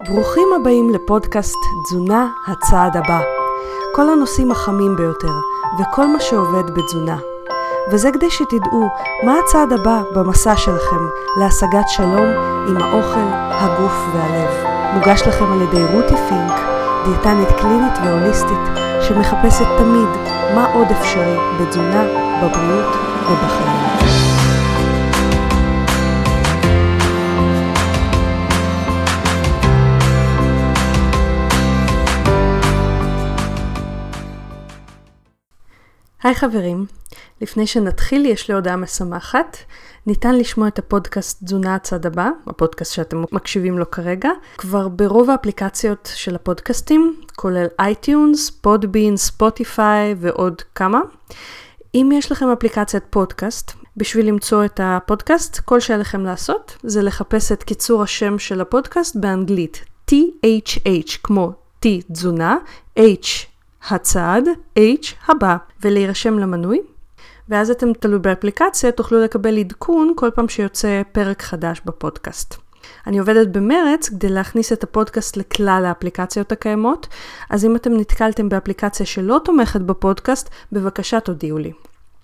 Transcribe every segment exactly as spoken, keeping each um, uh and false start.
ברוכים הבאים לפודקאסט תזונה הצעד הבא. כל הנושאים החמים ביותר וכל מה שעובד בתזונה. וזה כדי שתדעו מה הצעד הבא במסע שלכם להשגת שלום עם האוכל, הגוף והלב. מוגש לכם על ידי רותי פינק, דיאטנית קלינית והוליסטית שמחפשת תמיד מה עוד אפשרי בתזונה, בבריאות ובחיים. היי חברים, לפני שנתחיל יש לי הודעה משמחת. ניתן לשמוע את הפודקאסט תזונה הצעד הבא, הפודקאסט שאתם מקשיבים לו כרגע, כבר ברוב האפליקציות של הפודקאסטים, כולל אייטיונס, פודבין, ספוטיפיי ועוד כמה. אם יש לכם אפליקציית פודקאסט, בשביל למצוא את הפודקאסט, כל שעליכם לעשות זה לחפש את קיצור השם של הפודקאסט באנגלית, טי אייץ' אייץ', כמו T תזונה, H הצעד, H הבא, ולהירשם למנוי. ואז אתם תלוי באפליקציה, תוכלו לקבל עדכון כל פעם שיוצא פרק חדש בפודקאסט. אני עובדת במרץ כדי להכניס את הפודקאסט לכלל האפליקציות הקיימות, אז אם אתם נתקלתם באפליקציה שלא תומכת בפודקאסט, בבקשה תודיעו לי.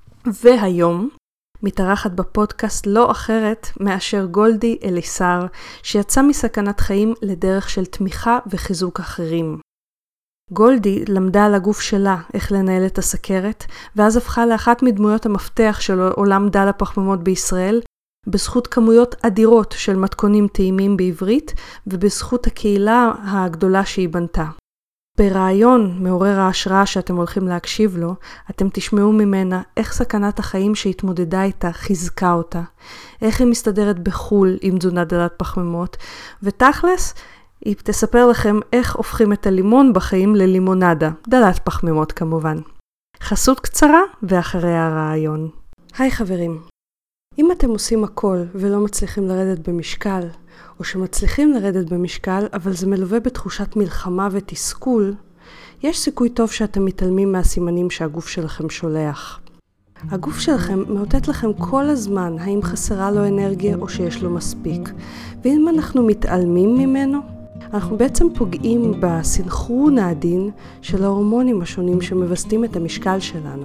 והיום מתארחת בפודקאסט לא אחרת מאשר גולדי אליסר, שיצא מסכנת חיים לדרך של תמיכה וחיזוק אחרים. גולדי למדה על הגוף שלה איך לנהל את הסכרת, ואז הפכה לאחת מדמויות המפתח של עולם דל הפחמימות בישראל, בזכות כמויות אדירות של מתכונים טעימים בעברית, ובזכות הקהילה הגדולה שהיא בנתה. ברעיון מעורר ההשראה שאתם הולכים להקשיב לו, אתם תשמעו ממנה איך סכנת החיים שהתמודדה איתה חיזקה אותה, איך היא מסתדרת בחול עם תזונה דלת פחמימות, ותכלס, היא תספר לכם איך הופכים את הלימון בחיים ללימונדה, דלת פחמימות כמובן. חסות קצרה ואחרי הרעיון. היי חברים, אם אתם עושים הכל ולא מצליחים לרדת במשקל, או שמצליחים לרדת במשקל אבל זה מלווה בתחושת מלחמה ותסכול, יש סיכוי טוב שאתם מתעלמים מהסימנים שהגוף שלכם שולח. הגוף שלכם מאותת לכם כל הזמן האם חסרה לו אנרגיה או שיש לו מספיק, ואם אנחנו מתעלמים ממנו, אנחנו בעצם פוגעים בסנכרון העדין של ההורמונים השונים שמווסתים את המשקל שלנו.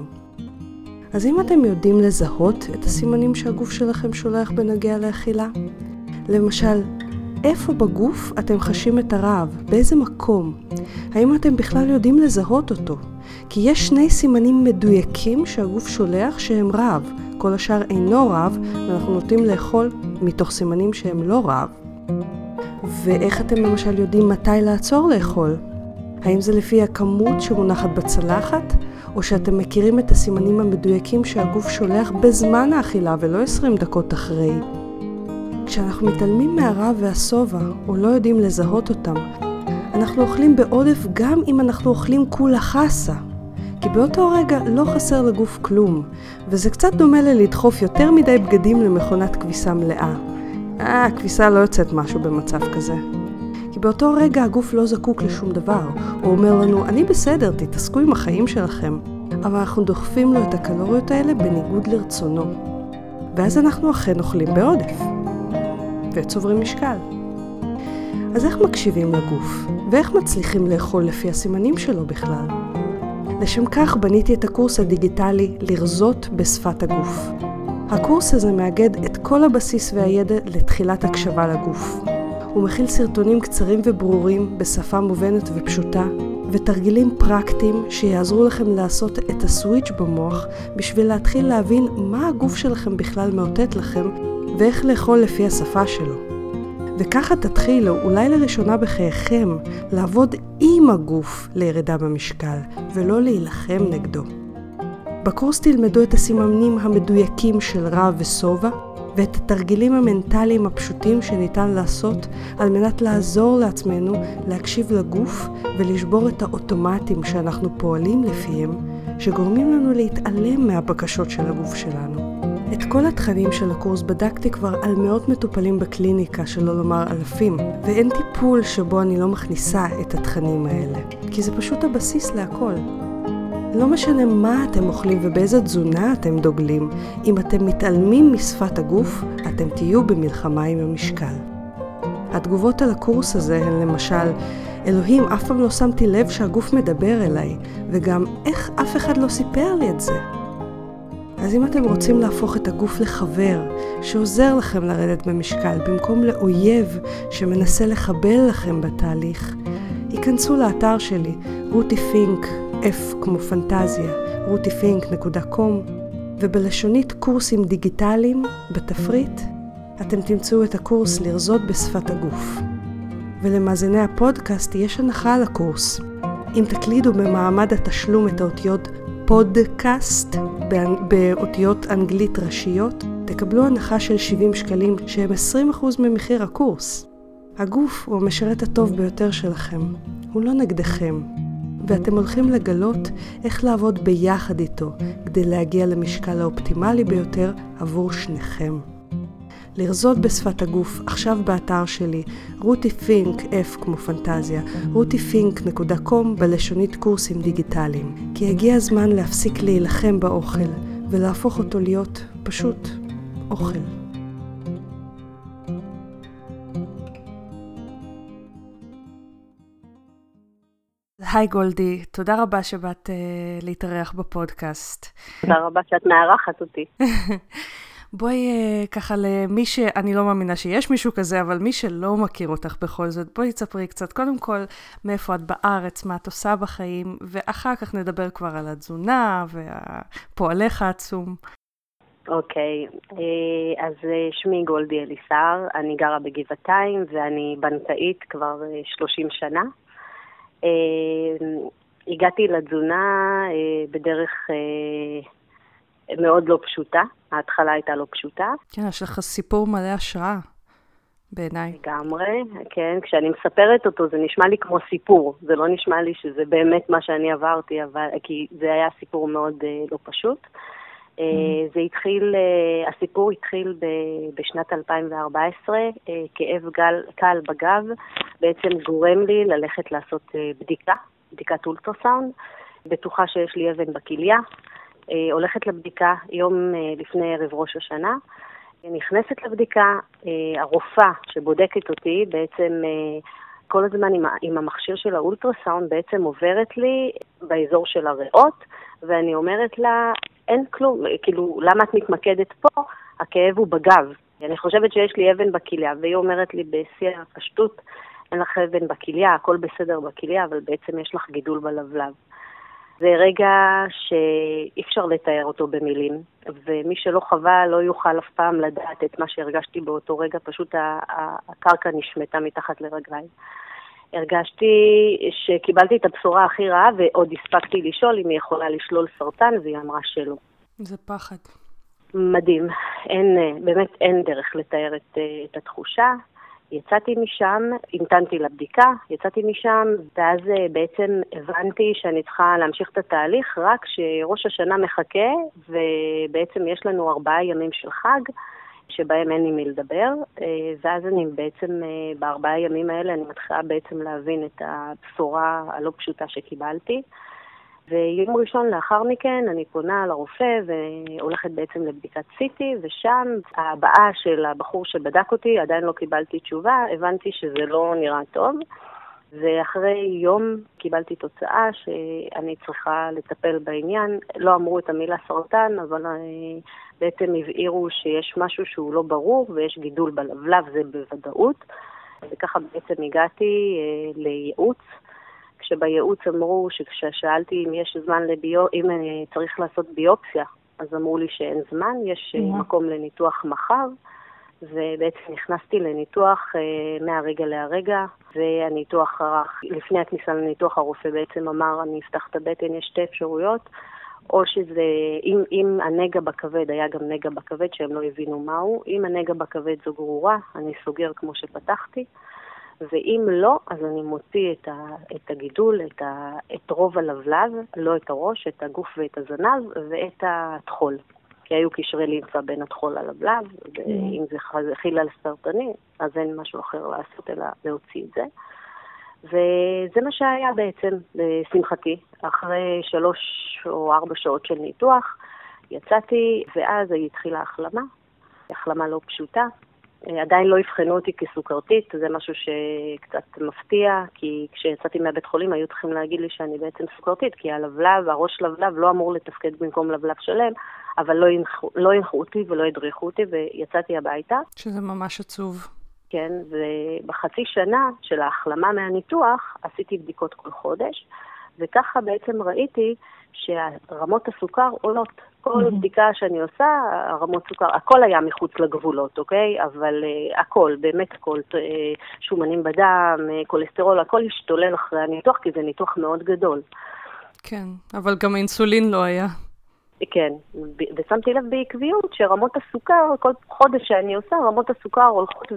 אז אם אתם יודעים לזהות את הסימנים שהגוף שלכם שולח בנוגע לאכילה, למשל, איפה בגוף אתם חשים את הרעב? באיזה מקום? האם אתם בכלל יודעים לזהות אותו? כי יש שני סימנים מדויקים שהגוף שולח שהם רעב. כל השאר אינו רעב, ואנחנו נוטים לאכול מתוך סימנים שהם לא רעב. ואיך אתם למשל יודעים מתי לעצור לאכול? האם זה לפי הכמות שמונחת בצלחת, או שאתם מכירים את הסימנים המדויקים שהגוף שולח בזמן האכילה ולא עשרים דקות אחרי? כשאנחנו מתעלמים מהרעב והשובע, או לא יודעים לזהות אותם, אנחנו אוכלים בעודף גם אם אנחנו אוכלים כולה חסה. כי באותו רגע לא חסר לגוף כלום, וזה קצת דומה ללדחוף יותר מדי בגדים למכונת כביסה מלאה. אה, הכביסה לא יוצאת משהו במצב כזה. כי באותו רגע הגוף לא זקוק לשום דבר. הוא אומר לנו, אני בסדר, תתעסקו עם החיים שלכם. אבל אנחנו דוחפים לו את הקלוריות האלה בניגוד לרצונו. ואז אנחנו אכן אוכלים בעודף. וצוברים משקל. אז איך מקשיבים לגוף? ואיך מצליחים לאכול לפי הסימנים שלו בכלל? לשם כך בניתי את הקורס הדיגיטלי לרזות בשפת הגוף. הקורס הזה מאגד את כל הבסיס והידע לתחילת הקשבה לגוף. הוא מכיל סרטונים קצרים וברורים בשפה מובנת ופשוטה, ותרגילים פרקטיים שיעזרו לכם לעשות את הסוויץ' במוח בשביל להתחיל להבין מה הגוף שלכם בכלל מאותת לכם, ואיך לאכול לפי השפה שלו. וככה תתחילו, אולי לראשונה בחייכם, לעבוד עם הגוף לירידה במשקל, ולא להילחם נגדו. בקורס תלמדו את הסימנים המדויקים של רעב ושובע, ואת התרגילים המנטליים הפשוטים שניתן לעשות על מנת לעזור לעצמנו להקשיב לגוף ולשבור את האוטומטים שאנחנו פועלים לפיהם, שגורמים לנו להתעלם מהבקשות של הגוף שלנו. את כל התכנים של הקורס בדקתי כבר על מאות מטופלים בקליניקה, שלא לומר אלפים, ואין טיפול שבו אני לא מכניסה את התכנים האלה, כי זה פשוט הבסיס להכל. לא משנה מה אתם אוכלים ובאיזה תזונה אתם דוגלים, אם אתם מתעלמים משפת הגוף, אתם תהיו במלחמה עם המשקל. התגובות על הקורס הזה הן למשל, אלוהים, אף פעם לא שמתי לב שהגוף מדבר אליי, וגם איך אף אחד לא סיפר לי את זה. אז אם אתם רוצים להפוך את הגוף לחבר, שעוזר לכם לרדת במשקל, במקום לאויב שמנסה לחבל לכם בתהליך, היכנסו לאתר שלי, רותי פינק, F כמו פנטזיה, רותי פינק נקודה קום, ובלשונית קורסים דיגיטליים, בתפריט, אתם תמצאו את הקורס לרזות בשפת הגוף. ולמאזיני הפודקאסט יש הנחה על הקורס. אם תקלידו במעמד התשלום את האותיות פודקאסט באותיות אנגלית ראשיות, תקבלו הנחה של שבעים שקלים שהם עשרים אחוז ממחיר הקורס. הגוף הוא המשרת הטוב ביותר שלכם, הוא לא נגדכם, ואתם הולכים לגלות איך לעבוד ביחד איתו כדי להגיע למשקל האופטימלי ביותר עבור שניכם. לרזות בשפת הגוף, עכשיו באתר שלי, רותי פינק, F כמו פנטזיה, רותי פינק נקודה קום בלשונית קורסים דיגיטליים. כי הגיע הזמן להפסיק להילחם באוכל, ולהפוך אותו להיות פשוט אוכל. היי גולדי, תודה רבה שבאת uh, להתארח בפודקאסט. תודה רבה שאת מארחת אותי. בואי uh, ככה למי ש... אני לא מאמינה שיש מישהו כזה, אבל מי שלא מכיר אותך בכל זאת, בואי תספרי קצת. קודם כל, מאיפה את בארץ, מה את עושה בחיים, ואחר כך נדבר כבר על התזונה והפועלך העצום. אוקיי, okay. אז שמי גולדי אליסר, אני גרה בגבעתיים ואני בנקאית כבר שלושים שנה. הגעתי לתזונה בדרך מאוד לא פשוטה, ההתחלה הייתה לא פשוטה. כן, יש לך סיפור מלא השראה בעיניי. לגמרי, כן, כשאני מספרת אותו זה נשמע לי כמו סיפור, זה לא נשמע לי שזה באמת מה שאני עברתי, אבל, כי זה היה סיפור מאוד לא פשוט. Mm. זה התחיל, הסיפור התחיל בשנת אלפיים וארבע עשרה, כאב גל, קל בגב, בעצם גורם לי ללכת לעשות בדיקה, בדיקת אולטרסאונד, בטוחה שיש לי אבן בכליה, הולכת לבדיקה יום לפני ערב ראש השנה, נכנסת לבדיקה, הרופאה שבודקת אותי בעצם כל הזמן עם, עם המכשיר של האולטרסאונד בעצם עוברת לי באזור של הריאות, ואני אומרת לה, אין כלום, כאילו, למה את מתמקדת פה? הכאב הוא בגב. אני חושבת שיש לי אבן בכליה, והיא אומרת לי בשיא הפשטות, אין לך אבן בכליה, הכל בסדר בכליה, אבל בעצם יש לך גידול בלבלב. זה רגע שאי אפשר לתאר אותו במילים, ומי שלא חווה לא יוכל אף פעם לדעת את מה שהרגשתי באותו רגע, פשוט הקרקע נשמטה מתחת לרגליי. הרגשתי שקיבלתי את הבשורה הכי רעה, ועוד הספקתי לשאול אם היא יכולה לשלול סרטן, והיא אמרה שלא. זה פחד. מדהים. אין, באמת אין דרך לתאר את, את התחושה. יצאתי משם, המתנתי לבדיקה, יצאתי משם, ואז בעצם הבנתי שאני צריכה להמשיך את התהליך, רק שראש השנה מחכה, ובעצם יש לנו ארבעה ימים של חג, שבהם אין לי מי לדבר, ואז אני בעצם, בארבעה ימים האלה, אני מתחילה בעצם להבין את הבשורה הלא פשוטה שקיבלתי, ויום ראשון לאחר מכן אני פונה לרופא והולכת בעצם לבדיקת סיטי, ושם הבאה של הבחור שבדק אותי, עדיין לא קיבלתי תשובה, הבנתי שזה לא נראה טוב, ואחרי יום קיבלתי תוצאה שאני צריכה לטפל בעניין. לא אמרו את המילה סרטן, אבל בעצם הבהירו שיש משהו שהוא לא ברור ויש גידול בלבלב, זה בוודאות. וככה בעצם הגעתי לייעוץ, כשבייעוץ אמרו שכששאלתי אם יש זמן לביו, אם אני צריך לעשות ביופסיה, אז אמרו לי שאין זמן, יש yeah. מקום לניתוח מחר, ובעצם נכנסתי לניתוח uh, מהרגע להרגע, והניתוח ערך, לפני הכניסה לניתוח הרופא בעצם אמר, אני אפתח את הבטן, יש שתי אפשרויות, או שזה, אם, אם הנגע בכבד, היה גם נגע בכבד שהם לא הבינו מהו, אם הנגע בכבד זו גרורה, אני סוגר כמו שפתחתי, ואם לא, אז אני מוציא את, ה, את הגידול, את, ה, את רוב הלבלב, לא את הראש, את הגוף ואת הזנב, ואת התחול. כי היו קשרי לימפה בין התחול ללבלב, ואם זה חילה לסרטני, אז אין משהו אחר לעשות, אלא להוציא את זה. וזה מה שהיה בעצם, לשמחתי. אחרי שלוש או ארבע שעות של ניתוח, יצאתי, ואז התחילה החלמה. החלמה לא פשוטה. עדיין לא הבחנו אותי כסוכרתית, זה משהו שקצת מפתיע, כי כשיצאתי מהבית חולים היו צריכים להגיד לי שאני בעצם סוכרתית, כי הלבלב, הראש לבלב לא אמור לתפקד במקום לבלב שלם, אבל לא הנחו, לא הנחו אותי ולא הדריכו אותי, ויצאתי הביתה. שזה ממש עצוב. כן, ובחצי שנה של ההחלמה מהניתוח עשיתי בדיקות כל חודש, וככה בעצם ראיתי שהרמות הסוכר עולות. כל mm-hmm. בדיקה שאני עושה, הרמות סוכר, הכל היה מחוץ לגבולות, אוקיי? אבל uh, הכל, באמת הכל, uh, שומנים בדם, uh, קולסטרול, הכל השתולל אחרי הניתוח, כי זה ניתוח מאוד גדול. כן, אבל גם אינסולין לא היה. כן, ושמתי לב בעקביות שרמות הסוכר, כל חודש שאני עושה, רמות הסוכר הולכות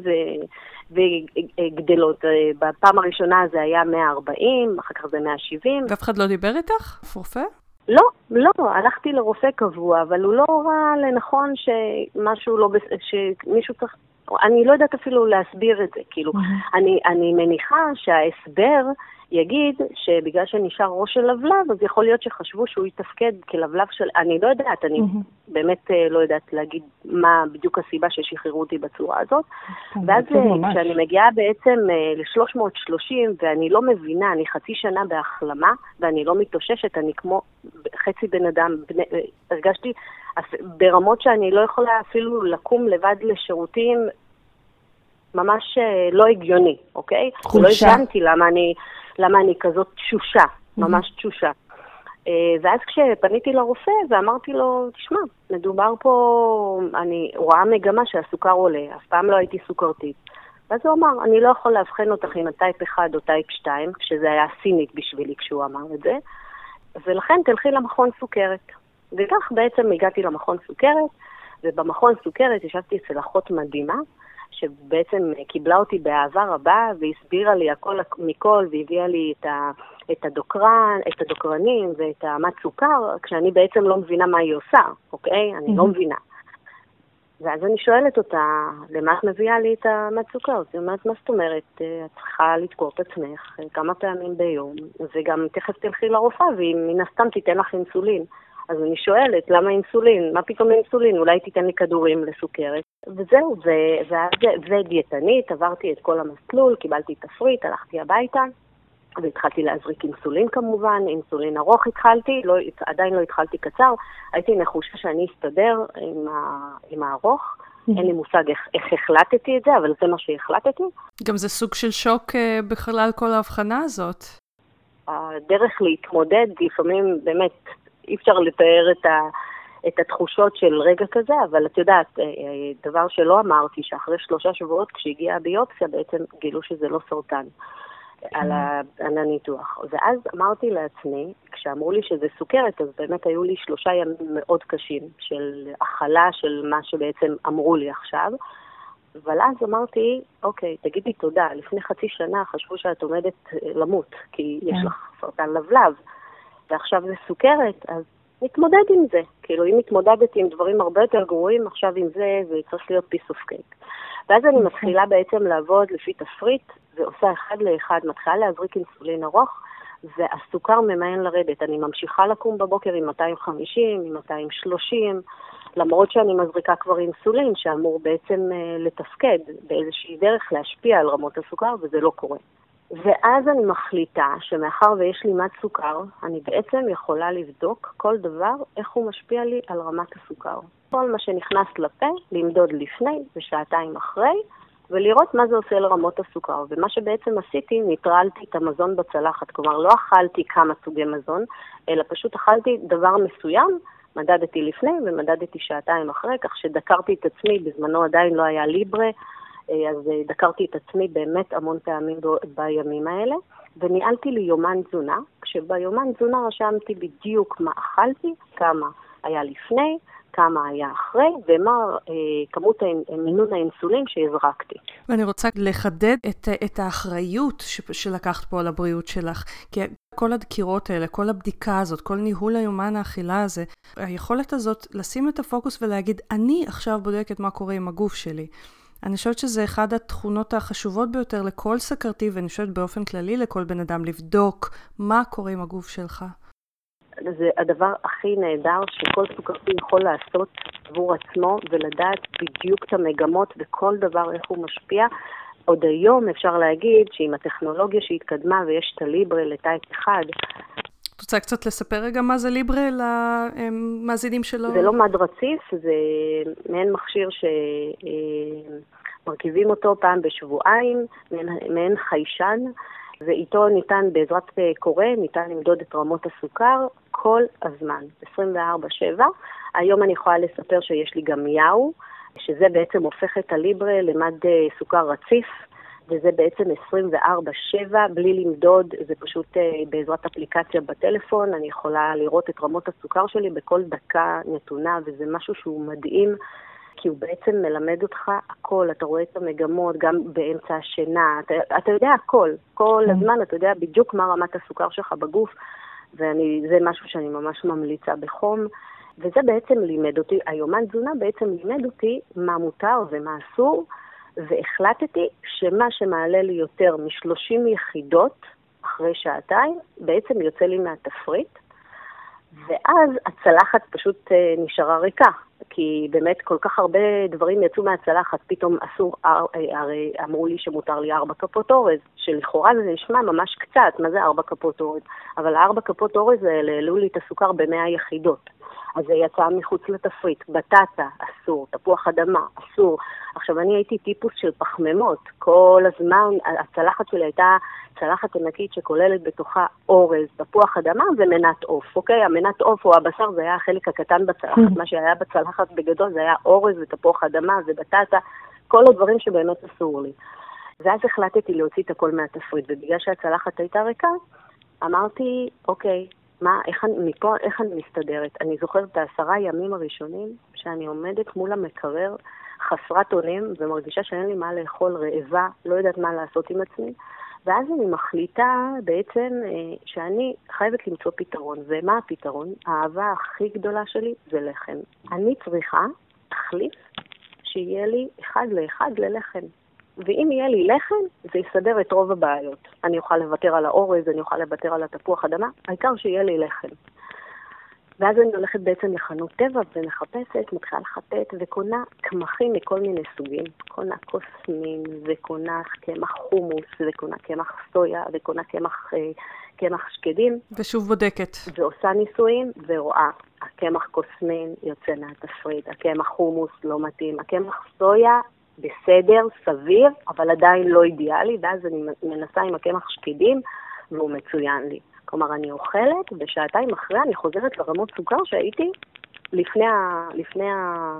וגדלות. בפעם הראשונה זה היה מאה וארבעים, אחר כך זה מאה ושבעים. ואף אחד לא דיבר איתך? רופא? לא, לא, הלכתי לרופא קבוע, אבל הוא לא ראה לנכון שמשהו לא, שמישהו צריך, אני לא יודעת אפילו להסביר את זה, כאילו, אני, אני מניחה שההסבר יגיד שבגלל שנשאר ראש של לבלב, אז יכול להיות שחשבו שהוא יתפקד כלבלב של, אני לא יודעת, אני mm-hmm. באמת לא יודעת להגיד מה בדיוק הסיבה ששחררו אותי בצורה הזאת. Mm-hmm. ואז כשאני מגיעה בעצם ל-שלוש מאות ושלושים, ואני לא מבינה, אני חצי שנה בהחלמה, ואני לא מתאוששת, אני כמו חצי בן אדם, בני, הרגשתי ברמות שאני לא יכולה אפילו לקום לבד לשירותים, ממש לא הגיוני, אוקיי? חולשה. לא הבנתי למה אני, למה אני כזאת תשושה, ממש תשושה. ואז כשפניתי לרופא ואמרתי לו, תשמע, מדובר פה, אני רואה מגמה שהסוכר עולה, אף פעם לא הייתי סוכרתית. ואז הוא אמר, אני לא יכול להבחן אותך עם טייפ אחד או טייפ שתיים, כשזה היה סינית בשבילי כשהוא אמר את זה, ולכן תלכי למכון סוכרת. וכך בעצם הגעתי למכון סוכרת, ובמכון סוכרת ישבתי אצל אחות מדהימה, שבעצם קיבלה אותי באהבה רבה, והסבירה לי הכל מכל, והביאה לי את, ה, את הדוקרן, את הדוקרנים ואת המת סוכר, כשאני בעצם לא מבינה מה היא עושה, אוקיי? אני לא מבינה. ואז אני שואלת אותה, למה את מביאה לי את המת סוכר? זאת אומרת, מה זאת אומרת? את צריכה לתקור את עצמך כמה פעמים ביום, וגם תכף תלכי לרופאה, והיא מן הסתם תיתן לך אינסולין. אז אני שואלת, למה אינסולין? מה פתאום אינסולין? אולי תיתן לי כדורים לסוכרת. וזהו, ודיאטנית, עברתי את כל המסלול, קיבלתי תפריט, הלכתי הביתה, והתחלתי להזריק אינסולין כמובן, אינסולין ארוך התחלתי, לא, עדיין לא התחלתי קצר, הייתי נחושה שאני אסתדר עם, ה, עם הארוך, אין לי מושג איך, איך החלטתי את זה, אבל זה מה שהחלטתי. גם זה סוג של שוק בכלל כל ההבחנה הזאת. הדרך להתמודד, לפעמים באמת, אי אפשר לתאר את, ה, את התחושות של רגע כזה, אבל את יודעת, דבר שלא אמרתי, שאחרי שלושה שבועות כשהגיעה הביופסיה, בעצם גילו שזה לא סרטן על, ה, על הניתוח. ואז אמרתי לעצמי, כשאמרו לי שזה סוכרת, אז באמת היו לי שלושה ימים מאוד קשים של אכלה של מה שבעצם אמרו לי עכשיו, אבל אז אמרתי, אוקיי, תגידי תודה, לפני חצי שנה חשבו שאת עומדת למות, כי יש לך סרטן לבלב, ועכשיו זה סוכרת, אז נתמודד עם זה. כאילו, אם התמודדת עם דברים הרבה יותר גרועים, עכשיו עם זה, זה צריך להיות piece of cake. ואז אני מתחילה בעצם לעבוד לפי תפריט, ועושה אחד לאחד, מתחילה להזריק אינסולין ארוך, והסוכר ממאן לרדת. אני ממשיכה לקום בבוקר עם מאתיים וחמישים, עם מאתיים ושלושים, למרות שאני מזריקה כבר אינסולין, שאמור בעצם לתפקד באיזושהי דרך להשפיע על רמות הסוכר, וזה לא קורה. ואז אני מחליטה שמאחר ויש לי מת סוכר, אני בעצם יכולה לבדוק כל דבר, איך הוא משפיע לי על רמת הסוכר. כל מה שנכנס לפה, למדוד לפני ושעתיים אחרי, ולראות מה זה עושה לרמות הסוכר. ומה שבעצם עשיתי, ניטרלתי את המזון בצלחת. כלומר, לא אכלתי כמה סוגי מזון, אלא פשוט אכלתי דבר מסוים, מדדתי לפני ומדדתי שעתיים אחרי, כך שדקרתי את עצמי, בזמנו עדיין לא היה ליברה, אז דקרתי את עצמי באמת המון פעמים בימים האלה, וניהלתי לי יומן תזונה, כשביומן תזונה רשמתי בדיוק מה אכלתי, כמה היה לפני, כמה היה אחרי, ומה אה, כמות מינון האינסולין שהזרקתי. ואני רוצה לחדד את, את האחריות ש, שלקחת פה על הבריאות שלך, כי כל הדקירות האלה, כל הבדיקה הזאת, כל ניהול היומן האכילה הזה, היכולת הזאת לשים את הפוקוס ולהגיד, אני עכשיו בודקת מה קורה עם הגוף שלי. אני חושבת שזה אחד התכונות החשובות ביותר לכל סכרתי, ואני חושבת באופן כללי לכל בן אדם, לבדוק מה קורה עם הגוף שלך. זה הדבר הכי נהדר שכל סוכרתי יכול לעשות עבור עצמו, ולדעת בדיוק את המגמות וכל דבר איך הוא משפיע. עוד היום אפשר להגיד שעם הטכנולוגיה שהתקדמה ויש את הליברה לטייפ אחד. את רוצה קצת לספר רגע מה זה ליברה למאזינים שלו? זה לא מד רציף, זה מעין מכשיר שמרכיבים אותו פעם בשבועיים, מעין חיישן, ואיתו ניתן בעזרת קורא, ניתן למדוד את רמות הסוכר כל הזמן, עשרים וארבע שבע. היום אני יכולה לספר שיש לי גם יאו, שזה בעצם הופך את הליברה למד סוכר רציף, וזה בעצם עשרים וארבע שבע, בלי למדוד, זה פשוט בעזרת אפליקציה בטלפון, אני יכולה לראות את רמות הסוכר שלי בכל דקה נתונה, וזה משהו שהוא מדהים, כי הוא בעצם מלמד אותך הכל, אתה רואה את המגמות, גם באמצע השינה, אתה, אתה יודע הכל, כל הזמן אתה יודע בדיוק מה רמת הסוכר שלך בגוף, וזה משהו שאני ממש ממליצה בחום, וזה בעצם לימד אותי, היומן תזונה בעצם לימד אותי מה מותר ומה אסור, והחלטתי שמה שמעלה לי יותר מ-שלושים יחידות אחרי שעתיים, בעצם יוצא לי מהתפריט, ואז הצלחת פשוט נשארה ריקה, כי באמת כל כך הרבה דברים יצאו מהצלחת, פתאום אסור, הרי אמרו לי שמותר לי ארבע כפות אורז, שלכאורה זה נשמע ממש קצת, מה זה ארבע כפות אורז? אבל הארבע כפות אורז האלה העלו לי את הסוכר במאה יחידות. אז זה יצא מחוץ לתפריט, בטטה, אסור, תפוח אדמה, אסור. עכשיו, אני הייתי טיפוס של פחמימות, כל הזמן הצלחת שלי הייתה צלחת ענקית שכוללת בתוכה אורז, תפוח אדמה ומנת עוף, אוקיי? המנת עוף או הבשר זה היה החלק הקטן בצלחת, מה שהיה בצלחת בגדול זה היה אורז ותפוח אדמה ובטטה, כל הדברים שבאמת אסור לי. ואז החלטתי להוציא את הכל מהתפריט, ובגלל שהצלחת הייתה ריקה, אמרתי, אוקיי, מה, איך אני, מפה, איך אני מסתדרת? אני זוכרת את העשרה ימים הראשונים שאני עומדת מול המקרר חסרת אונים ומרגישה שאין לי מה לאכול, רעבה, לא יודעת מה לעשות עם עצמי. ואז אני מחליטה בעצם שאני חייבת למצוא פתרון. ומה הפתרון? האהבה הכי גדולה שלי זה לחם. אני צריכה תחליף שיהיה לי אחד לאחד ללחם. ואם יהיה לי לחם, זה יסדר את רוב הבעיות. אני אוכל לוותר על האורז, אני אוכל לוותר על התפוח אדמה, העיקר שיהיה לי לחם. ואז אני הולכת בעצם לחנות טבע ומחפשת, מתחילה לחטט וקונה קמחים מכל מיני סוגים. קונה קוסמין וקונה קמח חומוס וקונה קמח סויה וקונה קמח, קמח שקדים. ושוב בודקת. ועושה ניסויים ורואה, הקמח קוסמין יוצא מהתפריט, הקמח חומוס לא מתאים, הקמח סויה בסדר, סביר, אבל עדיין לא אידיאלי, ואז אני מנסה עם הקמח שקדים והוא מצוין לי. כלומר, אני אוכלת, בשעתיים אחרי אני חוזרת לרמות סוכר שהייתי לפני, ה, לפני, ה,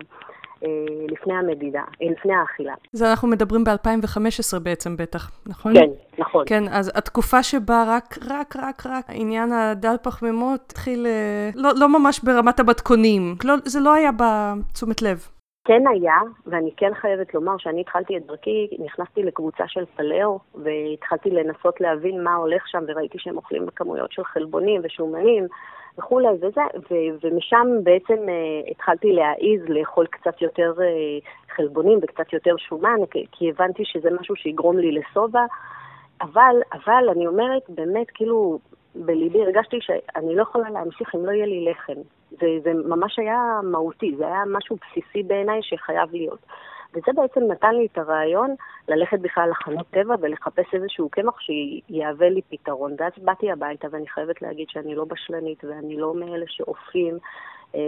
לפני המדידה, לפני האכילה. זה אנחנו מדברים ב-אלפיים וחמש עשרה בעצם בטח, נכון? כן, נכון. כן, אז התקופה שבה רק, רק, רק, רק, העניין הדל פחמימות התחיל, לא, לא ממש ברמת המתכונים, לא, זה לא היה בתשומת לב. כן היה, ואני כן חייבת לומר שאני התחלתי את דרכי, נכנסתי לקבוצה של פלאו, והתחלתי לנסות להבין מה הולך שם, וראיתי שהם אוכלים בכמויות של חלבונים ושומנים וכולי, וזה, ו- ומשם בעצם uh, התחלתי להעיז לאכול קצת יותר uh, חלבונים וקצת יותר שומן, כי, כי הבנתי שזה משהו שיגרום לי לסובה, אבל, אבל אני אומרת, באמת, כאילו, בליבי הרגשתי שאני לא יכולה להמשיך אם לא יהיה לי לחם. זה, זה ממש היה מהותי, זה היה משהו בסיסי בעיניי שחייב להיות. וזה בעצם נתן לי את הרעיון ללכת בכלל לחנות טבע ולחפש איזשהו קמח שיהווה לי פתרון. ואז באתי הביתה ואני חייבת להגיד שאני לא בשלנית ואני לא מאלה שאופים אה,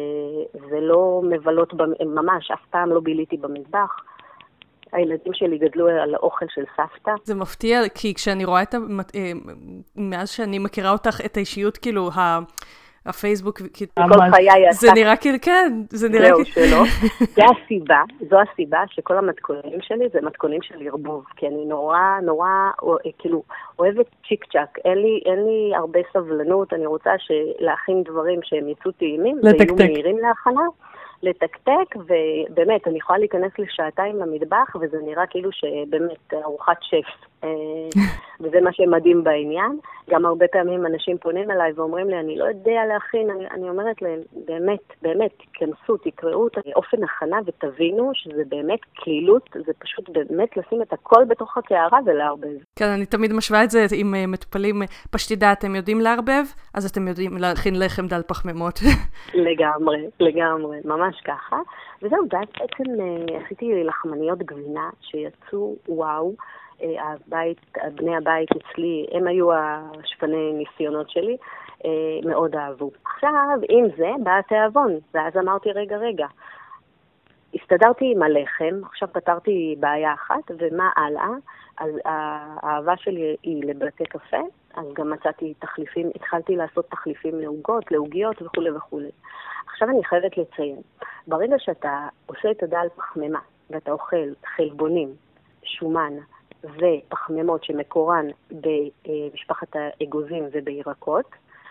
ולא מבלות, ממש אף פעם לא ביליתי במטבח. הילדים שלי גדלו על האוכל של סבתא. זה מפתיע, כי כשאני רואה את ה... מאז שאני מכירה אותך, את האישיות, כאילו, הפייסבוק, כל חיי זה נראה כאילו, כן, זה נראה כאילו... זהו שלא. זה הסיבה, זו הסיבה שכל המתכונים שלי זה מתכונים של ערבוב, כי אני נורא, נורא, כאילו, אוהבת צ'יק צ'ק. אין לי, אין לי הרבה סבלנות, אני רוצה להכין דברים שהם יצאו טעימים, ויהיו מהירים להכנה. לתקתק, ובאמת, אני יכולה להיכנס לשעתיים למטבח, וזה נראה כאילו שבאמת ארוחת שף, וזה מה שמדהים בעניין. גם הרבה פעמים אנשים פונים אליי ואומרים לי, אני לא יודע להכין, אני, אני אומרת להם, באמת, באמת, תכנסו, תקראו את אופן הכנה ותבינו שזה באמת כלילות, זה פשוט באמת לשים את הכל בתוך הקערה ולערבב. כן, אני תמיד משווה את זה עם מטופלים פשטידה, אתם יודעים לערבב, אז אתם יודעים להכין לחם דל פחמימות. לגמרי, לגמרי, ממש ככה. וזהו, בעצם עשיתי לחמניות גבינה שיצאו וואו, הבית, בני הבית אצלי, הם היו השפני ניסיונות שלי, מאוד אהבו. עכשיו, עם זה בא התיאבון, ואז אמרתי, רגע, רגע, הסתדרתי עם הלחם, עכשיו פתרתי בעיה אחת, ומה הלאה? אז האהבה שלי היא לבתי קפה, אז גם מצאתי תחליפים, התחלתי לעשות תחליפים לעוגות, לעוגיות וכו' וכו'. עכשיו אני חייבת לציין, ברגע שאתה עושה את הדל פחמימה, ואתה אוכל חלבונים, שומן, ופחמימות שמקורן במשפחת האגוזים ובירקות,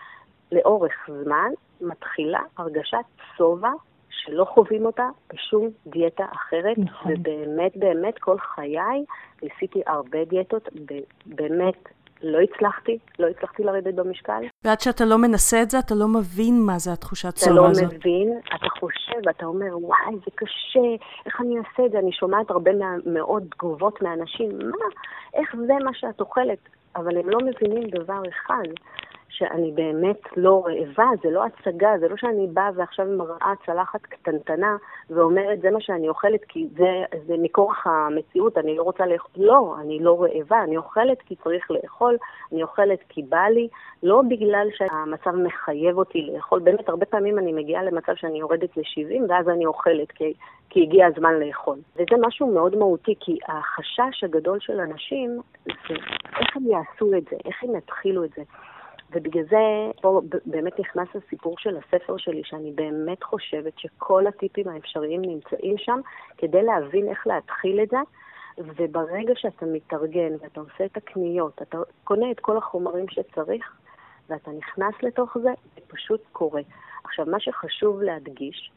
לאורך זמן מתחילה הרגשת סובה שלא חווים אותה בשום דיאטה אחרת, נכון. ובאמת באמת כל חיי ניסיתי הרבה דיאטות, באמת לא הצלחתי, לא הצלחתי לרדת במשקל. ועד שאתה לא מנסה את זה, אתה לא מבין מה זה התחושת סובה הזאת. הזאת. אתה לא מבין, אתה חושב, אתה אומר, וואי, זה קשה, איך אני אעשה את זה? אני שומעת הרבה מאוד תגובות מאנשים, מה? איך זה מה שאת אוכלת? אבל הם לא מבינים דבר אחד, שאני באמת לא רעבה, זה לא הצגה, זה לא שאני באה ועכשיו מראה צלחת קטנטנה ואומרת זה מה שאני אוכלת כי זה, זה מכורח המציאות, אני לא רוצה לאכול, לא, אני לא רעבה, אני אוכלת כי צריך לאכול, אני אוכלת כי בא לי, לא בגלל שהמצב מחייב אותי לאכול, באמת הרבה פעמים אני מגיעה למצב שאני יורדת ל-שבעים ואז אני אוכלת כי, כי הגיע הזמן לאכול. וזה משהו מאוד מהותי, כי החשש הגדול של אנשים זה איך הם יעשו את זה, איך הם יתחילו את זה. ובגלל זה פה באמת נכנס הסיפור של הספר שלי, שאני באמת חושבת שכל הטיפים האפשריים נמצאים שם, כדי להבין איך להתחיל את זה, וברגע שאתה מתארגן ואתה עושה את הקניות, אתה קונה את כל החומרים שצריך, ואתה נכנס לתוך זה, זה פשוט קורה. עכשיו, מה שחשוב להדגיש,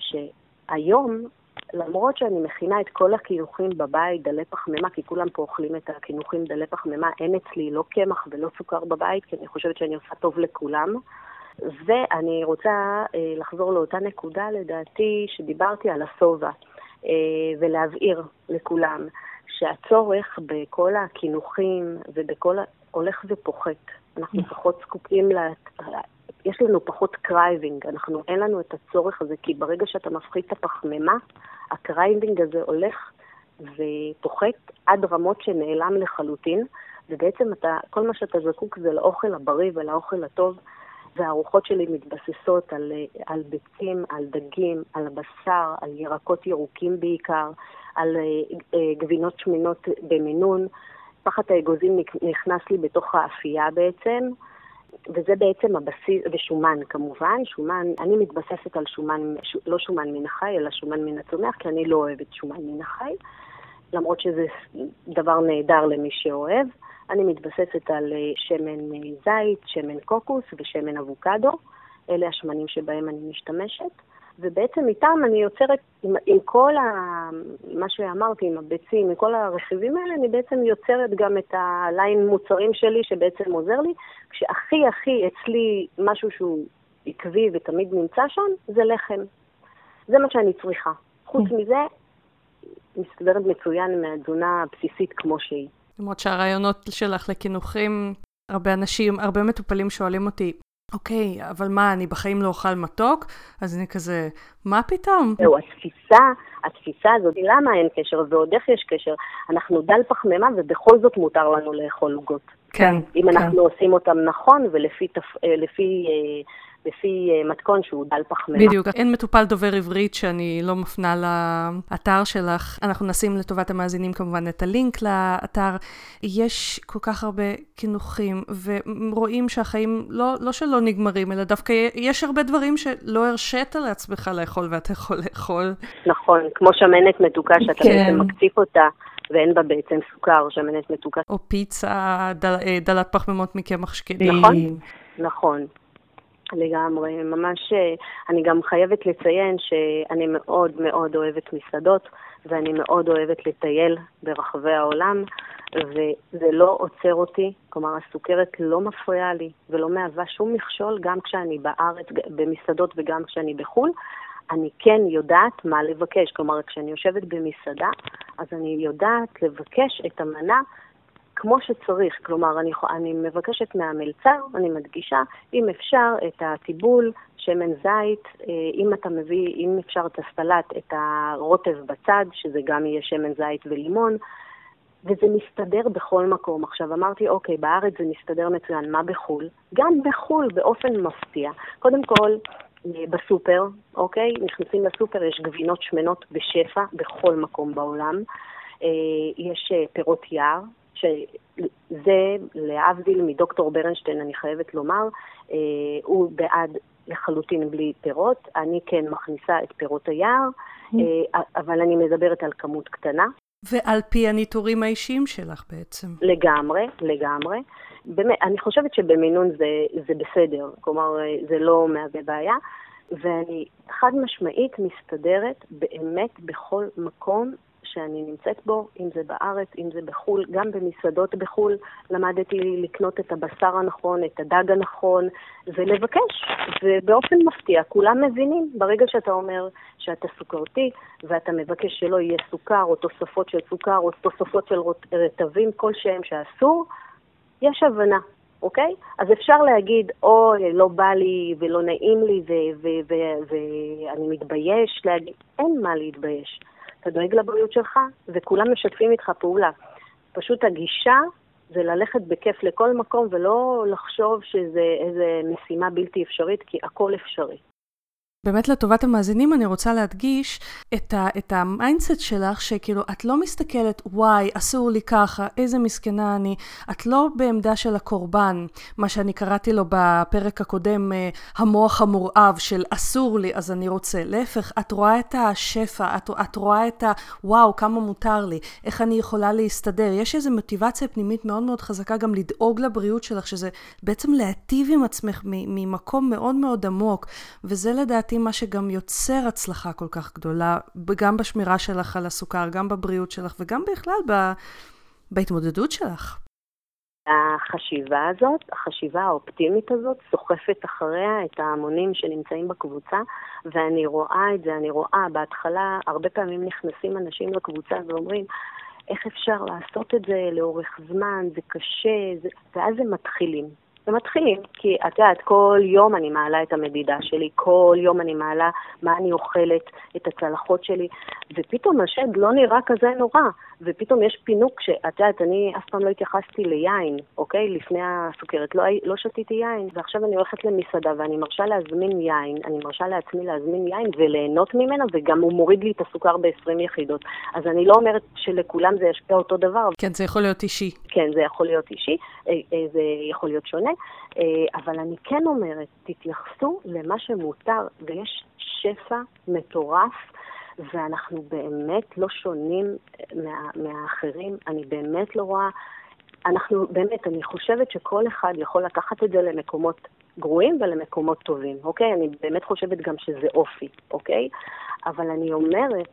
שהיום, למרות שאני מכינה את כל הקינוחים בבית, דלי פחמימה, כי כולם פה אוכלים את הקינוחים דלי פחמימה, אין אצלי לא קמח ולא סוכר בבית, כי אני חושבת שאני עושה טוב לכולם. ואני רוצה אה, לחזור לאותה נקודה, לדעתי, שדיברתי על הסובה, אה, ולהבהיר לכולם שהצורך בכל הקינוחים ובכל ה... הולך ופוחת. אנחנו פחות זקוקים לה... יש לנו פחות קרייבינג, אנחנו, אין לנו את הצורך הזה, כי ברגע שאתה מפחית את הפחמימה, הקרייבינג הזה הולך ופוחת עד רמות שנעלם לחלוטין, ובעצם אתה, כל מה שאתה זקוק זה לאוכל הבריא ולאוכל הטוב, והארוחות שלי מתבססות על, על ביצים, על דגים, על בשר, על ירקות ירוקים בעיקר, על גבינות שמינות במינון. פחת האגוזים נכנס לי בתוך האפייה בעצם, וזה בעצם הבסיס, ושומן כמובן, שומן, אני מתבססת על שומן, לא שומן מן החי, אלא שומן מן הצומח, כי אני לא אוהבת שומן מן החי, למרות שזה דבר נהדר למי שאוהב. אני מתבססת על שמן זית, שמן קוקוס ושמן אבוקדו, אלה השמנים שבהם אני משתמשת, ובעצם איתם אני יוצרת, עם, עם כל ה, מה שאמרתי, עם הביצים, עם כל הרכיבים האלה, אני בעצם יוצרת גם את הליין מוצרים שלי שבעצם עוזר לי, כשהכי הכי אצלי משהו שהוא עקבי ותמיד נמצא שם, זה לחם. זה מה שאני צריכה. חוץ מזה, מסתדרת מצוין מהתזונה הבסיסית כמו שהיא. למרות שהרעיונות שלך לכינוחים, הרבה אנשים, הרבה מטופלים שואלים אותי, אוקיי, אבל מה, אני בחיים לא אוכל מתוק? אז אני כזה, מה פתאום? זהו, התפיסה, התפיסה הזאת, למה אין קשר? ועוד איך יש קשר? אנחנו דל פחמימה ובכל זאת מותר לנו לאכול עוגות. כן, אם כן. אנחנו עושים אותם נכון ולפי תפ... לפי, לפי מתכון שהוא דל פחמימה. בדיוק, אין מטופל דובר עברית שאני לא מפנה לאתר שלך. אנחנו נשים לטובת המאזינים כמובן את הלינק לאתר. יש כל כך הרבה כינוחים, ורואים שהחיים לא, לא שלא נגמרים, אלא דווקא יש הרבה דברים שלא הרשית לעצמך לאכול ואתה יכול לאכול. נכון, כמו שמנת מתוקה שאתה כן. בעצם מקציף אותה, ואין בה בעצם סוכר, שמנת מתוקה. או פיצה דל, דלת פחמימות מקמח שקדי. נכון, נכון. לגמרי, ממש, אני גם חייבת לציין שאני מאוד מאוד אוהבת מסעדות, ואני מאוד אוהבת לטייל ברחבי העולם, וזה לא עוצר אותי, כלומר הסוכרת לא מפריעה לי ולא מהווה שום מכשול, גם כשאני בארץ, במסעדות וגם כשאני בחול, אני כן יודעת מה לבקש, כלומר כשאני יושבת במסעדה, אז אני יודעת לבקש את המנה כמו שצריך, כלומר אני, אני מבקשת מהמלצר, אני מדגישה, אם אפשר את הטיבול, שמן זית, אם אתה מביא, אם אפשר את הסלט, את הרוטב בצד, שזה גם יהיה שמן זית ולימון, וזה מסתדר בכל מקום. עכשיו אמרתי, אוקיי, בארץ זה מסתדר מצוין, מה בחול? גם בחול באופן מפתיע. קודם כל, בסופר, אוקיי, נכנסים לסופר, יש גבינות שמנות בשפע בכל מקום בעולם. יש פירות יער, שזה להבדיל מדוקטור ברנשטיין, אני חייבת לומר, הוא בעד לחלוטין בלי פירות. אני כן מכניסה את פירות היער, אבל אני מדברת על כמות קטנה. ועל פי הניטורים האישיים שלך בעצם. לגמרי, לגמרי. באמת, אני חושבת שבמינון זה, זה בסדר, כלומר זה לא מהווה בעיה, ואני חד משמעית מסתדרת באמת בכל מקום שאני נמצאת בו, אם זה בארץ, אם זה בחול, גם במסעדות בחול, למדתי לקנות את הבשר הנכון, את הדג הנכון, ולבקש, ובאופן מפתיע, כולם מבינים, ברגע שאתה אומר שאתה סוכרתי, ואתה מבקש שלא יהיה סוכר, או תוספות של סוכר, או תוספות של רטבים, כל שהם שאסור, יש הבנה, אוקיי? אז אפשר להגיד, או לא בא לי ולא נעים לי, ואני מתבייש להגיד, אין מה להתבייש. אתה דואג לבריאות שלך, וכולם משתפים איתך פעולה. פשוט הגישה זה ללכת בכיף לכל מקום, ולא לחשוב שזה איזה משימה בלתי אפשרית, כי הכל אפשרי. באמת לטובת המאזינים אני רוצה להדגיש את ה, את המיינדסט שלך, שכאילו את לא מסתכלת, וואי, אסור לי ככה, איזה מסכנה אני, את לא בעמדה של הקורבן, מה שאני קראתי לו בפרק הקודם, המוח המורעב של אסור לי, אז אני רוצה. להפך, את רואה את השפע, את, את רואה את ה, וואו, כמה מותר לי, איך אני יכולה להסתדר. יש איזו מוטיבציה פנימית מאוד מאוד חזקה גם לדאוג לבריאות שלך, שזה בעצם להטיב עם עצמך ממקום מאוד מאוד עמוק, וזה לדעתי מה שגם יוצר הצלחה כל כך גדולה, גם בשמירה שלך על הסוכר, גם בבריאות שלך, וגם בכלל ב... בהתמודדות שלך. החשיבה הזאת, החשיבה האופטימית הזאת, סוחפת אחריה את ההמונים שנמצאים בקבוצה, ואני רואה את זה, אני רואה, בהתחלה הרבה פעמים נכנסים אנשים לקבוצה ואומרים, איך אפשר לעשות את זה לאורך זמן, זה קשה, זה... ואז הם מתחילים. הם מתחילים, כי את יודעת, כל יום אני מעלה את המדידה שלי, כל יום אני מעלה מה אני אוכלת, את הצלחות שלי, ופתאום השד לא נראה כזה נורא, ופתאום יש פינוק שאת יודעת, אני אף פעם לא התייחסתי ליין, אוקיי? לפני הסוכרת, לא, לא שתיתי יין, ועכשיו אני הולכת למסעדה ואני מרשה להזמין יין, אני מרשה לעצמי להזמין יין וליהנות ממנה, וגם הוא מוריד לי את הסוכר ב-עשרים יחידות. אז אני לא אומרת שלכולם זה ישפיע אותו דבר. כן, זה יכול להיות אישי. כן, זה יכול להיות אישי, זה יכול להיות שונה. אבל אני כן אומרת, תתייחסו למה שמותר, ויש שפע מטורף, ואנחנו באמת לא שונים מה, מהאחרים, אני באמת לא רואה, אנחנו באמת, אני חושבת שכל אחד יכול לקחת את זה למקומות גרועים ולמקומות טובים, אוקיי? אני באמת חושבת גם שזה אופי, אוקיי? אבל אני אומרת,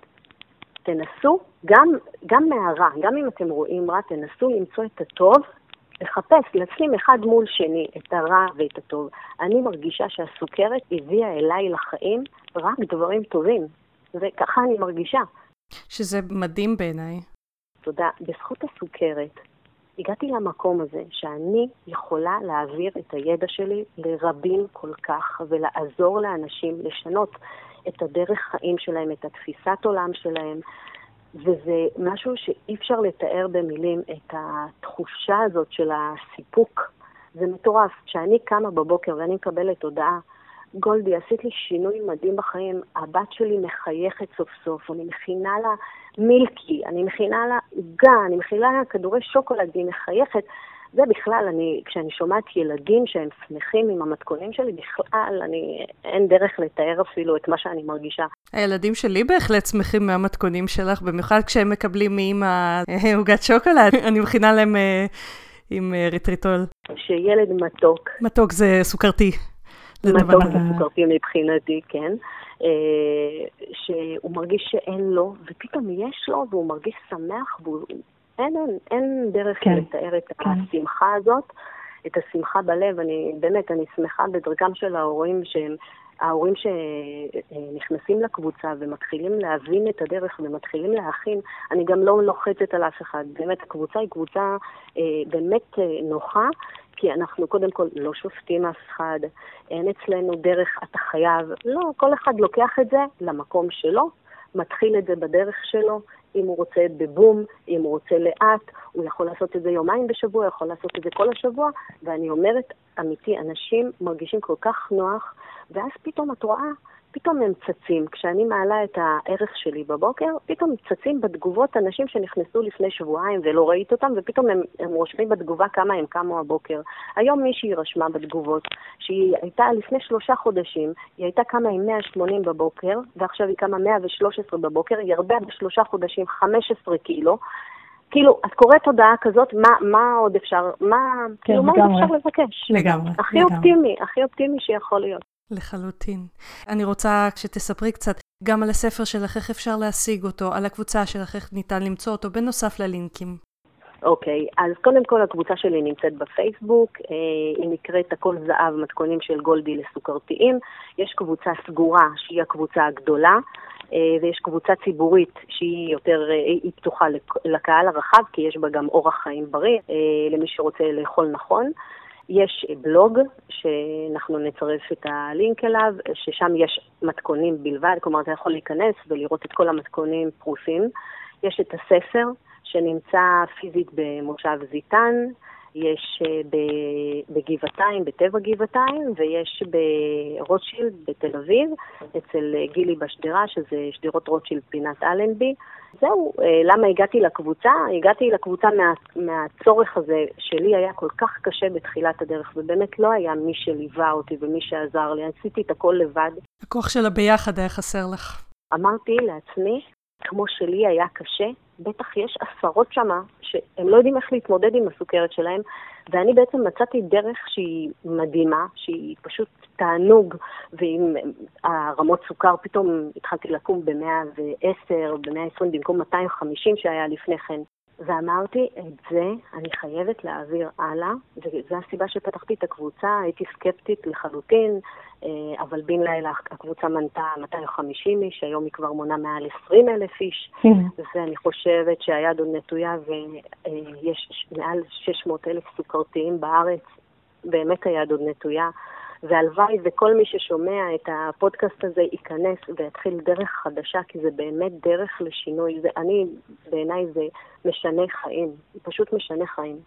תנסו, גם, גם מהרע, גם אם אתם רואים רע, תנסו למצוא את הטוב, לחפש, לשים אחד מול שני, את הרע ואת הטוב. אני מרגישה שהסוכרת הביאה אליי לחיים רק דברים טובים, וככה אני מרגישה. שזה מדהים בעיניי. תודה. בזכות הסוכרת, הגעתי למקום הזה שאני יכולה להעביר את הידע שלי לרבים כל כך, ולעזור לאנשים לשנות את הדרך חיים שלהם, את התפיסת עולם שלהם, וזה משהו שאי אפשר לתאר במילים, את התחושה הזאת של הסיפוק. זה מטורף. כשאני קמה בבוקר ואני מקבלת הודעה, גולדי, עשית לי שינוי מדהים בחיים, הבת שלי מחייכת סוף סוף, אני מכינה לה מילקי, אני מכינה לה עוגה, אני מכינה לה כדורי שוקולד, והיא מחייכת. זה בכלל, אני, כשאני שומעת ילדים שהם שמחים עם המתכונים שלי, בכלל, אני, אין דרך לתאר אפילו את מה שאני מרגישה. הילדים שלי בהחלט שמחים מהמתכונים שלך, במיוחד כשהם מקבלים מאמא עוגת שוקולד, אני מכינה להם עם ריטריטול. שילד מתוק. מתוק זה סוכרתי. מתוק וסוכרתי מבחינתי, כן. שהוא מרגיש שאין לו, ופתאום יש לו, והוא מרגיש שמח, אין, אין, אין דרך כן. לתאר את כן. השמחה הזאת, את השמחה בלב. אני, באמת, אני שמחה בדרכם של ההורים שהם, ההורים שנכנסים לקבוצה ומתחילים להבין את הדרך ומתחילים להכין. אני גם לא לוחצת על אף אחד. באמת, הקבוצה היא קבוצה באמת נוחה, כי אנחנו קודם כל לא שופטים אף אחד, אין אצלנו דרך אתה חייב, לא, כל אחד לוקח את זה למקום שלו, מתחיל את זה בדרך שלו, אם הוא רוצה בבום, אם הוא רוצה לאט, הוא יכול לעשות את זה יומיים בשבוע, יכול לעשות את זה כל השבוע, ואני אומרת, אמיתי, אנשים מרגישים כל כך נוח, ואז פתאום את רואה, פתאום הם צצים. כשאני מעלה את הערך שלי בבוקר, פתאום צצים בתגובות אנשים שנכנסו לפני שבועיים ולא ראית אותם, ופתאום הם, הם רושמים בתגובה כמה הם קמו הבוקר. היום מישהי רשמה בתגובות שהיא הייתה לפני שלושה חודשים, היא הייתה כמה עם מאה ושמונים בבוקר, ועכשיו היא כמה מאה ושלוש עשרה בבוקר, היא ירדה בשלושה חודשים חמש עשרה קילו. כאילו, את קוראת הודעה כזאת, מה, מה עוד אפשר, מה, כן, כאילו, מה עוד אפשר לבקש? לגמרי. הכי לגמרי. אופטימי, הכי אופטימי שיכול להיות. לחלוטין. אני רוצה שתספרי קצת גם על הספר שלך, איך אפשר להשיג אותו, על הקבוצה שלך, איך ניתן למצוא אותו, בנוסף ללינקים. אוקיי, okay, אז קודם כל הקבוצה שלי נמצאת בפייסבוק, היא נקראת הכל זהב מתכונים של גולדי לסוכרתיים. יש קבוצה סגורה שהיא הקבוצה הגדולה, ויש קבוצה ציבורית שהיא יותר, היא פתוחה לקהל הרחב, כי יש בה גם אורח חיים בריא, למי שרוצה לאכול נכון. יש בלוג שאנחנו נצרף את הלינק אליו, ששם יש מתכונים בלבד, כלומר אתה יכול להיכנס ולראות את כל המתכונים פרוסים. יש את הספר שנמצא פיזית במושב זיתן, יש בגבעתיים, בטבע גבעתיים, ויש ברוטשילד בתל אביב, אצל גילי בשדרה, שזה שדרות רוטשילד פינת אלנבי. זהו, למה הגעתי לקבוצה? הגעתי לקבוצה מה, מהצורך הזה שלי היה כל כך קשה בתחילת הדרך, ובאמת לא היה מי שליווה אותי ומי שעזר לי, עשיתי את הכל לבד. הכוח שלה ביחד היה חסר לך. אמרתי לעצמי, כמו שלי היה קשה, בטח יש עשרות שמה שהם לא יודעים איך להתמודד עם הסוכרת שלהם, ואני בעצם מצאתי דרך שהיא מדהימה, שהיא פשוט תענוג, ועם הרמות סוכר פתאום התחלתי לקום ב-מאה ועשר, ב-מאה ועשרים במקום מאתיים וחמישים שהיה לפני כן. ואמרתי, את זה אני חייבת להעביר הלאה, וזו הסיבה שפתחתי את הקבוצה, הייתי סקפטית לחלוטין, אבל בין לילה הקבוצה מנתה מאתיים וחמישים איש, היום היא כבר מונה מעל עשרים אלף איש, ואני חושבת שהיד עוד נטויה, ויש מעל שש מאות אלף סוכרתיים בארץ, באמת היד עוד נטויה, והלוואי וכל מי ששומע את הפודקאסט הזה ייכנס ויתחיל דרך חדשה, כי זה באמת דרך לשינוי. זה, אני, בעיניי זה משנה חיים, פשוט משנה חיים.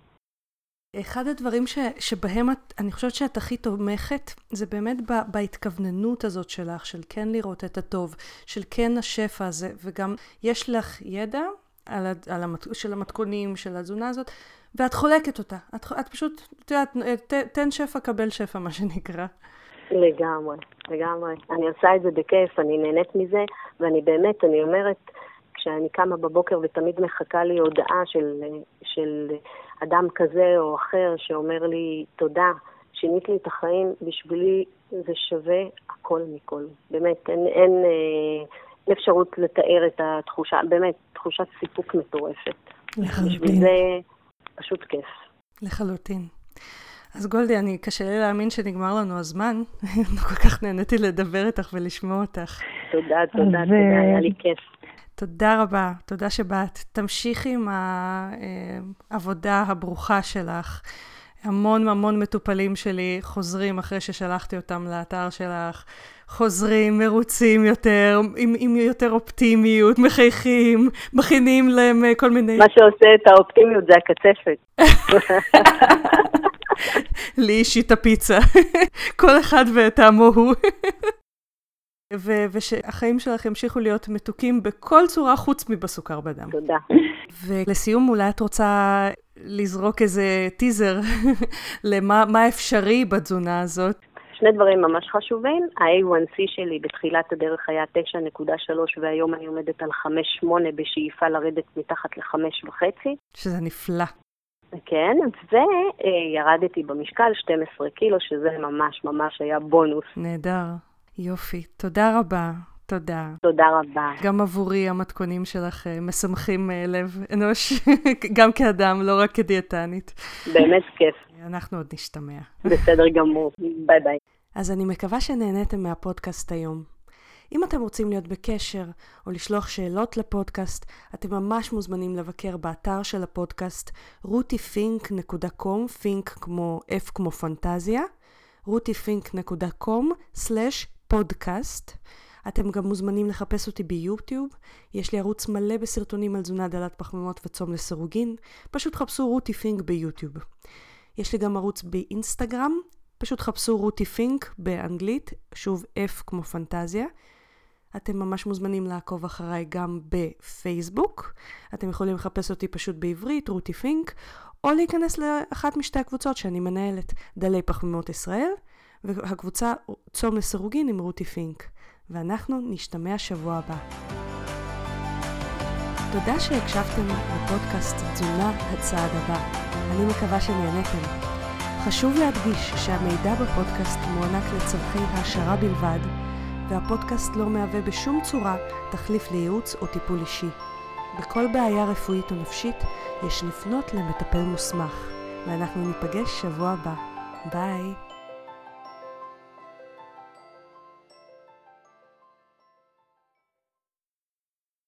אחד הדברים ש, שבהם את, אני חושבת שאת הכי תומכת, זה באמת ב, בהתכווננות הזאת שלך, של כן לראות את הטוב, של כן השפע הזה, וגם יש לך ידע על, על המת, של המתכונים, של התזונה הזאת, ואת חולקת אותה. את, את פשוט, את יודעת, ת, תן שפע, קבל שפע, מה שנקרא. לגמרי, לגמרי. אני עושה את זה בכיף, אני נהנית מזה, ואני באמת, אני אומרת, כשאני קמה בבוקר ותמיד מחכה לי הודעה של, של אדם כזה או אחר שאומר לי, תודה, שינית לי את החיים, בשבילי זה שווה הכל מכל. באמת, אין, אין, אין אפשרות לתאר את התחושה, באמת, תחושת סיפוק מטורפת. לחלוטין. זה פשוט כיף. לחלוטין. אז גולדי, אני קשה לי להאמין שנגמר לנו הזמן. אני כל כך נהניתי לדבר איתך ולשמוע אותך. תודה, תודה, תודה, היה לי כיף. תודה רבה, תודה שבאת. תמשיכי עם העבודה הברוכה שלך. המון המון מטופלים שלי חוזרים אחרי ששלחתי אותם לאתר שלך. חוזרים, מרוצים יותר, עם, עם יותר אופטימיות, מחייכים, מכינים להם כל מיני... מה שעושה את האופטימיות זה הקצפת. לי אישית הפיצה. כל אחד וטעמו הוא. ו- ושהחיים שלך ימשיכו להיות מתוקים בכל צורה חוץ מבסוכר בדם. תודה. ולסיום, אולי את רוצה לזרוק איזה טיזר למה מה אפשרי בתזונה הזאת? שני דברים ממש חשובים. ה-איי וואן סי שלי בתחילת הדרך היה תשע נקודה שלוש, והיום אני עומדת על חמש נקודה שמונה בשאיפה לרדת מתחת ל-חמש וחצי. שזה נפלא. כן, וירדתי במשקל שתים עשרה קילו, שזה ממש ממש היה בונוס. נהדר, יופי. תודה רבה. תודה. תודה רבה. גם עבורי המתכונים שלך משמחים לב אנוש, גם כאדם, לא רק כדיאטנית. באמת כיף. אנחנו עוד נשתמע. בסדר גמור. ביי ביי. אז אני מקווה שנהניתם מהפודקאסט היום. אם אתם רוצים להיות בקשר או לשלוח שאלות לפודקאסט, אתם ממש מוזמנים לבקר באתר של הפודקאסט רותי פינק נקודה קום, פינק כמו F כמו פנטזיה, רותי פינק נקודה קום סלש פודקאסט. אתם גם מוזמנים לחפש אותי ביוטיוב, יש לי ערוץ מלא בסרטונים על תזונה דלת פחמימות וצום לסירוגין, פשוט חפשו רותי פינק ביוטיוב. יש לי גם ערוץ באינסטגרם, פשוט חפשו רותי פינק באנגלית, שוב F כמו פנטזיה. אתם ממש מוזמנים לעקוב אחריי גם בפייסבוק, אתם יכולים לחפש אותי פשוט בעברית, רותי פינק, או להיכנס לאחת משתי הקבוצות שאני מנהלת, דלי פחמימות ישראל, והקבוצה צום לסירוגין עם רותי פינק. ואנחנו נשתמע שבוע הבא. תודה שהקשבתם לפודקאסט תזונה הצעד הבא. אני מקווה שנהנתם. חשוב להדגיש שהמידע בפודקאסט מוענק לצורכי העשרה בלבד, והפודקאסט לא מהווה בשום צורה תחליף לייעוץ או טיפול אישי. בכל בעיה רפואית או נפשית יש לפנות למטפל מוסמך, ואנחנו ניפגש שבוע הבא. ביי.